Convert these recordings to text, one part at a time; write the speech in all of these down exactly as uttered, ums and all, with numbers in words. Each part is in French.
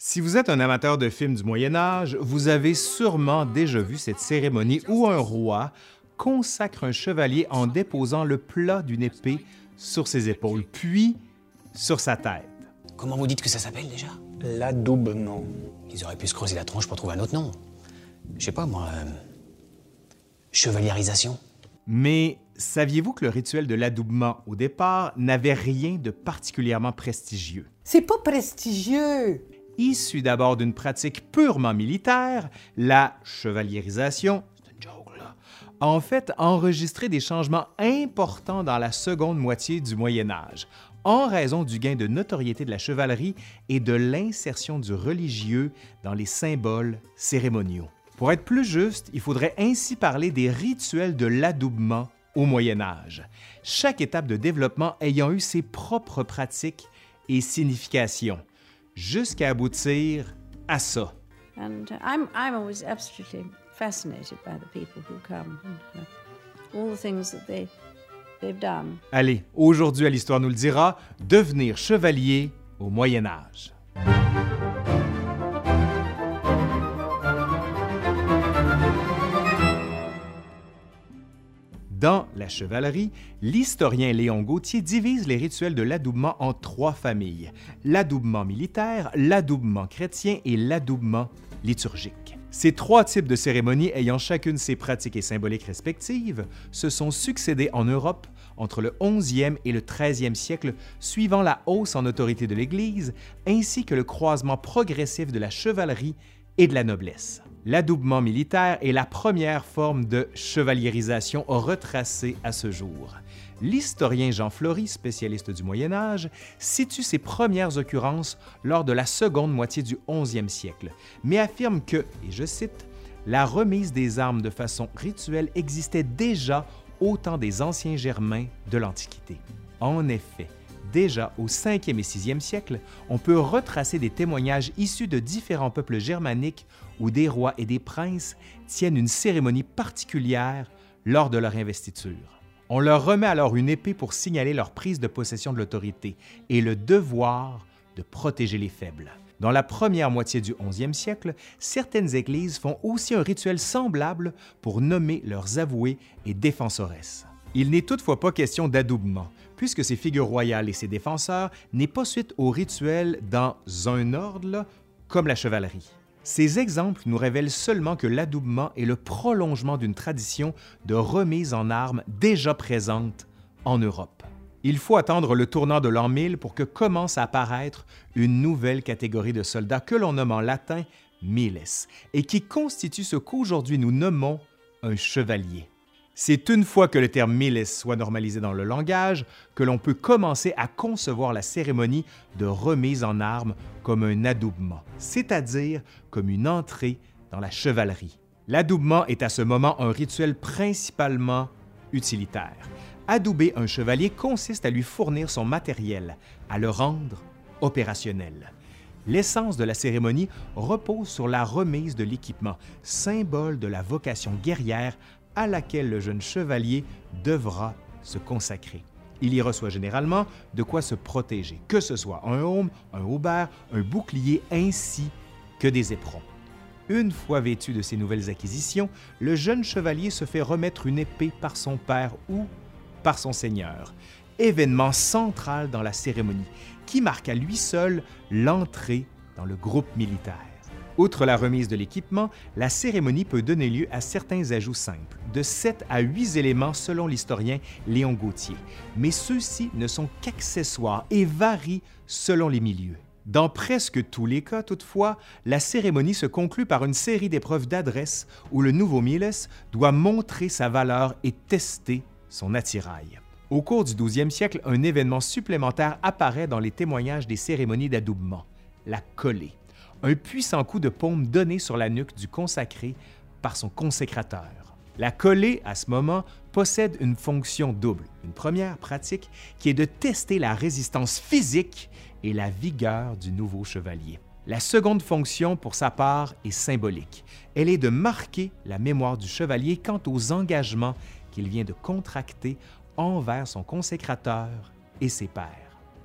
Si vous êtes un amateur de films du Moyen Âge, vous avez sûrement déjà vu cette cérémonie où un roi consacre un chevalier en déposant le plat d'une épée sur ses épaules, puis sur sa tête. Comment vous dites que ça s'appelle déjà? L'adoubement. Ils auraient pu se creuser la tronche pour trouver un autre nom. Je sais pas, moi... Euh... Chevaliérisation. Mais saviez-vous que le rituel de l'adoubement, au départ, n'avait rien de particulièrement prestigieux? C'est pas prestigieux! Issu d'abord d'une pratique purement militaire, la chevaliérisation, c'est une joke là, a en fait enregistré des changements importants dans la seconde moitié du Moyen Âge, en raison du gain de notoriété de la chevalerie et de l'insertion du religieux dans les symboles cérémoniaux. Pour être plus juste, il faudrait ainsi parler des rituels de l'adoubement au Moyen Âge, chaque étape de développement ayant eu ses propres pratiques et significations, jusqu'à aboutir à ça. And uh, I'm, I'm always absolutely fascinated by the people who come and uh, all the things that they, they've done. Allez, aujourd'hui à l'Histoire nous le dira, devenir chevalier au Moyen Âge. Dans la chevalerie, l'historien Léon Gauthier divise les rituels de l'adoubement en trois familles: l'adoubement militaire, l'adoubement chrétien et l'adoubement liturgique. Ces trois types de cérémonies ayant chacune ses pratiques et symboliques respectives se sont succédés en Europe entre le onzième et le treizième siècle, suivant la hausse en autorité de l'Église ainsi que le croisement progressif de la chevalerie et de la noblesse. L'adoubement militaire est la première forme de chevaliérisation retracée à ce jour. L'historien Jean Flory, spécialiste du Moyen Âge, situe ses premières occurrences lors de la seconde moitié du onzième siècle, mais affirme que, et je cite, « la remise des armes de façon rituelle existait déjà au temps des anciens Germains de l'Antiquité. » En effet, déjà au cinquième et sixième siècle, on peut retracer des témoignages issus de différents peuples germaniques où des rois et des princes tiennent une cérémonie particulière lors de leur investiture. On leur remet alors une épée pour signaler leur prise de possession de l'autorité et le devoir de protéger les faibles. Dans la première moitié du onzième siècle, certaines églises font aussi un rituel semblable pour nommer leurs avoués et défensoresses. Il n'est toutefois pas question d'adoubement, puisque ces figures royales et ses défenseurs n'est pas suite au rituel dans un ordre, là, comme la chevalerie. Ces exemples nous révèlent seulement que l'adoubement est le prolongement d'une tradition de remise en armes déjà présente en Europe. Il faut attendre le tournant de l'an mille pour que commence à apparaître une nouvelle catégorie de soldats que l'on nomme en latin « miles » et qui constitue ce qu'aujourd'hui nous nommons un chevalier. C'est une fois que le terme « miles » soit normalisé dans le langage que l'on peut commencer à concevoir la cérémonie de remise en armes comme un adoubement, c'est-à-dire comme une entrée dans la chevalerie. L'adoubement est à ce moment un rituel principalement utilitaire. Adouber un chevalier consiste à lui fournir son matériel, à le rendre opérationnel. L'essence de la cérémonie repose sur la remise de l'équipement, symbole de la vocation guerrière à laquelle le jeune chevalier devra se consacrer. Il y reçoit généralement de quoi se protéger, que ce soit un aume, un haubert, un bouclier ainsi que des éperons. Une fois vêtu de ces nouvelles acquisitions, le jeune chevalier se fait remettre une épée par son père ou par son seigneur, événement central dans la cérémonie qui marque à lui seul l'entrée dans le groupe militaire. Outre la remise de l'équipement, la cérémonie peut donner lieu à certains ajouts simples, de sept à huit éléments selon l'historien Léon Gauthier, mais ceux-ci ne sont qu'accessoires et varient selon les milieux. Dans presque tous les cas, toutefois, la cérémonie se conclut par une série d'épreuves d'adresse où le nouveau miles doit montrer sa valeur et tester son attirail. Au cours du douzième siècle, un événement supplémentaire apparaît dans les témoignages des cérémonies d'adoubement, la collée. Un puissant coup de paume donné sur la nuque du consacré par son consécrateur. La collée, à ce moment, possède une fonction double. Une première pratique qui est de tester la résistance physique et la vigueur du nouveau chevalier. La seconde fonction, pour sa part, est symbolique. Elle est de marquer la mémoire du chevalier quant aux engagements qu'il vient de contracter envers son consécrateur et ses pairs.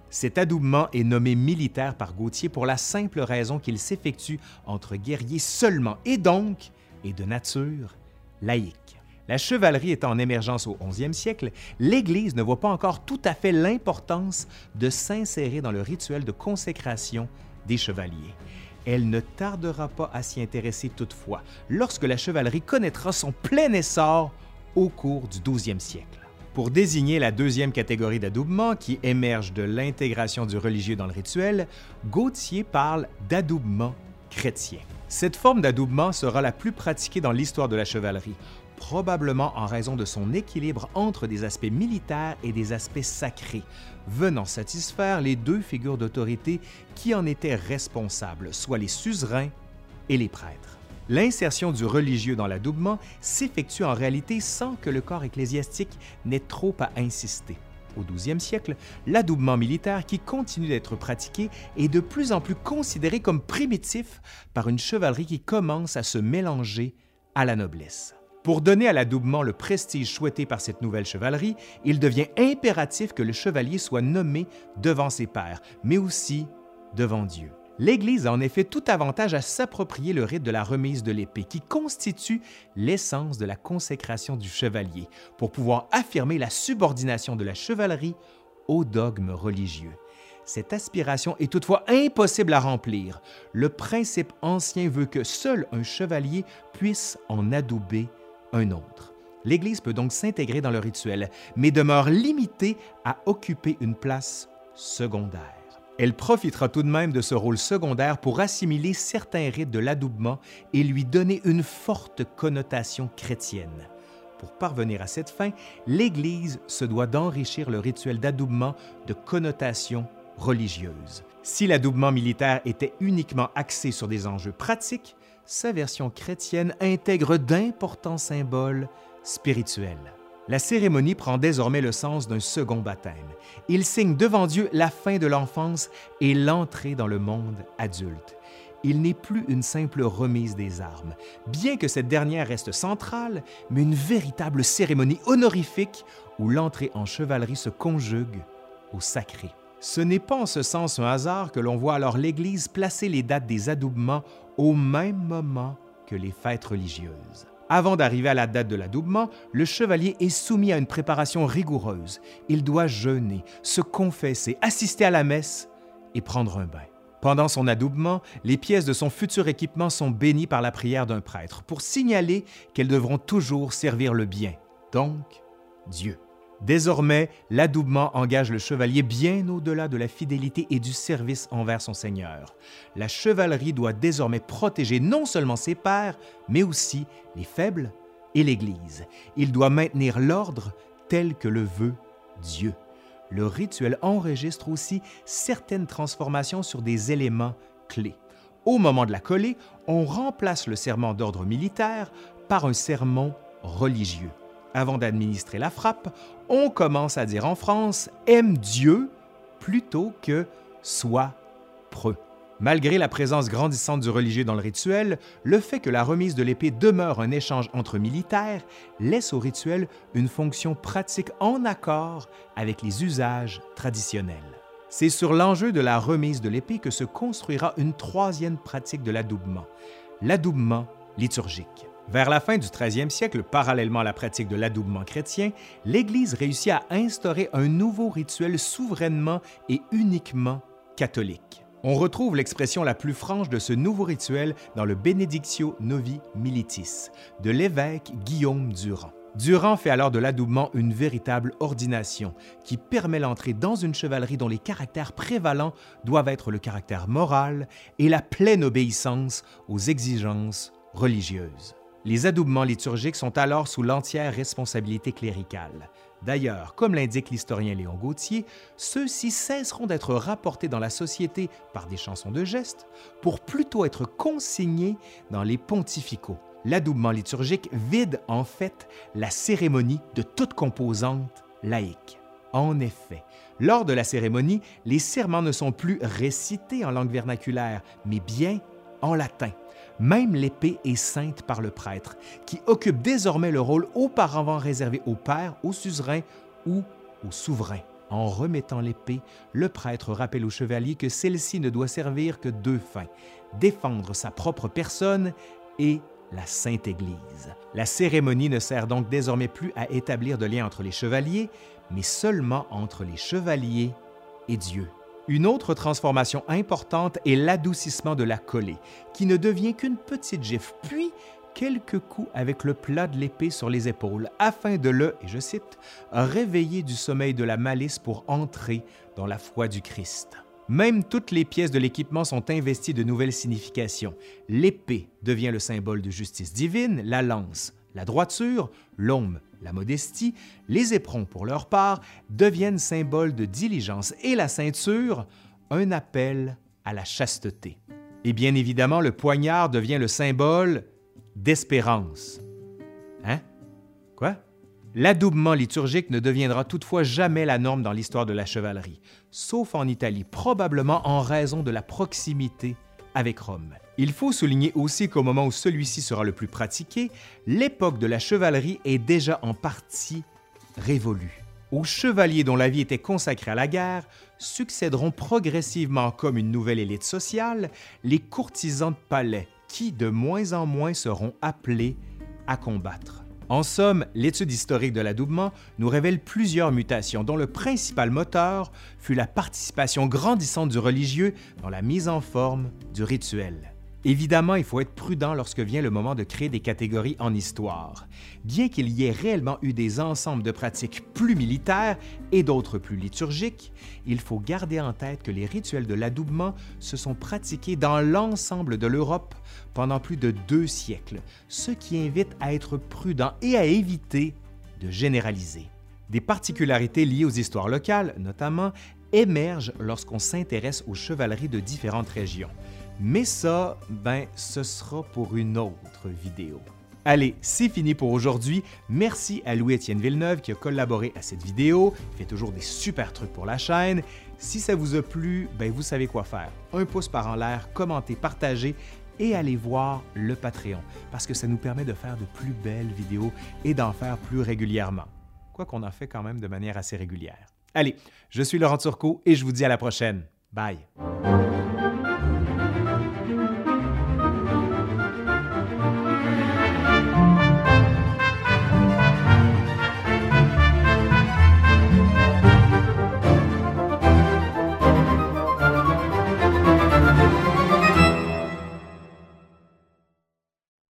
Cet adoubement est nommé militaire par Gautier pour la simple raison qu'il s'effectue entre guerriers seulement et donc est de nature laïque. La chevalerie étant en émergence au onzième siècle, l'Église ne voit pas encore tout à fait l'importance de s'insérer dans le rituel de consécration des chevaliers. Elle ne tardera pas à s'y intéresser toutefois lorsque la chevalerie connaîtra son plein essor au cours du douzième siècle. Pour désigner la deuxième catégorie d'adoubement qui émerge de l'intégration du religieux dans le rituel, Gautier parle d'adoubement chrétien. Cette forme d'adoubement sera la plus pratiquée dans l'histoire de la chevalerie, probablement en raison de son équilibre entre des aspects militaires et des aspects sacrés, venant satisfaire les deux figures d'autorité qui en étaient responsables, soit les suzerains et les prêtres. L'insertion du religieux dans l'adoubement s'effectue en réalité sans que le corps ecclésiastique n'ait trop à insister. Au douzième siècle, l'adoubement militaire qui continue d'être pratiqué est de plus en plus considéré comme primitif par une chevalerie qui commence à se mélanger à la noblesse. Pour donner à l'adoubement le prestige souhaité par cette nouvelle chevalerie, il devient impératif que le chevalier soit nommé devant ses pairs, mais aussi devant Dieu. L'Église a en effet tout avantage à s'approprier le rite de la remise de l'épée, qui constitue l'essence de la consécration du chevalier, pour pouvoir affirmer la subordination de la chevalerie au dogme religieux. Cette aspiration est toutefois impossible à remplir. Le principe ancien veut que seul un chevalier puisse en adouber un autre. L'Église peut donc s'intégrer dans le rituel, mais demeure limitée à occuper une place secondaire. Elle profitera tout de même de ce rôle secondaire pour assimiler certains rites de l'adoubement et lui donner une forte connotation chrétienne. Pour parvenir à cette fin, l'Église se doit d'enrichir le rituel d'adoubement de connotations religieuses. Si l'adoubement militaire était uniquement axé sur des enjeux pratiques, sa version chrétienne intègre d'importants symboles spirituels. La cérémonie prend désormais le sens d'un second baptême. Il signe devant Dieu la fin de l'enfance et l'entrée dans le monde adulte. Il n'est plus une simple remise des armes, bien que cette dernière reste centrale, mais une véritable cérémonie honorifique où l'entrée en chevalerie se conjugue au sacré. Ce n'est pas en ce sens un hasard que l'on voit alors l'Église placer les dates des adoubements au même moment que les fêtes religieuses. Avant d'arriver à la date de l'adoubement, le chevalier est soumis à une préparation rigoureuse. Il doit jeûner, se confesser, assister à la messe et prendre un bain. Pendant son adoubement, les pièces de son futur équipement sont bénies par la prière d'un prêtre pour signaler qu'elles devront toujours servir le bien, donc Dieu. Désormais, l'adoubement engage le chevalier bien au-delà de la fidélité et du service envers son seigneur. La chevalerie doit désormais protéger non seulement ses pairs, mais aussi les faibles et l'Église. Il doit maintenir l'ordre tel que le veut Dieu. Le rituel enregistre aussi certaines transformations sur des éléments clés. Au moment de la collée, on remplace le serment d'ordre militaire par un sermon religieux. Avant d'administrer la frappe, on commence à dire en France « aime Dieu » plutôt que « sois preux ». Malgré la présence grandissante du religieux dans le rituel, le fait que la remise de l'épée demeure un échange entre militaires laisse au rituel une fonction pratique en accord avec les usages traditionnels. C'est sur l'enjeu de la remise de l'épée que se construira une troisième pratique de l'adoubement, l'adoubement liturgique. Vers la fin du treizième siècle, parallèlement à la pratique de l'adoubement chrétien, l'Église réussit à instaurer un nouveau rituel souverainement et uniquement catholique. On retrouve l'expression la plus franche de ce nouveau rituel dans le Benedictio Novi Militis de l'évêque Guillaume Durand. Durand fait alors de l'adoubement une véritable ordination qui permet l'entrée dans une chevalerie dont les caractères prévalents doivent être le caractère moral et la pleine obéissance aux exigences religieuses. Les adoubements liturgiques sont alors sous l'entière responsabilité cléricale. D'ailleurs, comme l'indique l'historien Léon Gautier, ceux-ci cesseront d'être rapportés dans la société par des chansons de gestes pour plutôt être consignés dans les pontificaux. L'adoubement liturgique vide en fait la cérémonie de toute composante laïque. En effet, lors de la cérémonie, les serments ne sont plus récités en langue vernaculaire, mais bien en latin. Même l'épée est sainte par le prêtre, qui occupe désormais le rôle auparavant réservé aux pairs, aux suzerains ou aux souverains. En remettant l'épée, le prêtre rappelle au chevalier que celle-ci ne doit servir que deux fins, défendre sa propre personne et la Sainte Église. La cérémonie ne sert donc désormais plus à établir de lien entre les chevaliers, mais seulement entre les chevaliers et Dieu. Une autre transformation importante est l'adoucissement de la collée, qui ne devient qu'une petite gifle, puis quelques coups avec le plat de l'épée sur les épaules, afin de le, et je cite, « réveiller du sommeil de la malice pour entrer dans la foi du Christ ». Même toutes les pièces de l'équipement sont investies de nouvelles significations. L'épée devient le symbole de justice divine, la lance, la droiture, l'aume, la modestie, les éperons, pour leur part, deviennent symboles de diligence et la ceinture, un appel à la chasteté. Et bien évidemment, le poignard devient le symbole d'espérance. Hein? Quoi? L'adoubement liturgique ne deviendra toutefois jamais la norme dans l'histoire de la chevalerie, sauf en Italie, probablement en raison de la proximité avec Rome. Il faut souligner aussi qu'au moment où celui-ci sera le plus pratiqué, l'époque de la chevalerie est déjà en partie révolue. Aux chevaliers dont la vie était consacrée à la guerre succéderont progressivement comme une nouvelle élite sociale les courtisans de palais qui, de moins en moins, seront appelés à combattre. En somme, l'étude historique de l'adoubement nous révèle plusieurs mutations dont le principal moteur fut la participation grandissante du religieux dans la mise en forme du rituel. Évidemment, il faut être prudent lorsque vient le moment de créer des catégories en histoire. Bien qu'il y ait réellement eu des ensembles de pratiques plus militaires et d'autres plus liturgiques, il faut garder en tête que les rituels de l'adoubement se sont pratiqués dans l'ensemble de l'Europe pendant plus de deux siècles, ce qui invite à être prudent et à éviter de généraliser. Des particularités liées aux histoires locales, notamment, émergent lorsqu'on s'intéresse aux chevaleries de différentes régions. Mais ça, ben, ce sera pour une autre vidéo. Allez, c'est fini pour aujourd'hui. Merci à Louis-Étienne Villeneuve qui a collaboré à cette vidéo. Il fait toujours des super trucs pour la chaîne. Si ça vous a plu, ben, vous savez quoi faire. Un pouce par en l'air, commentez, partagez et allez voir le Patreon parce que ça nous permet de faire de plus belles vidéos et d'en faire plus régulièrement. Quoi qu'on en fait quand même de manière assez régulière. Allez, je suis Laurent Turcot et je vous dis à la prochaine. Bye!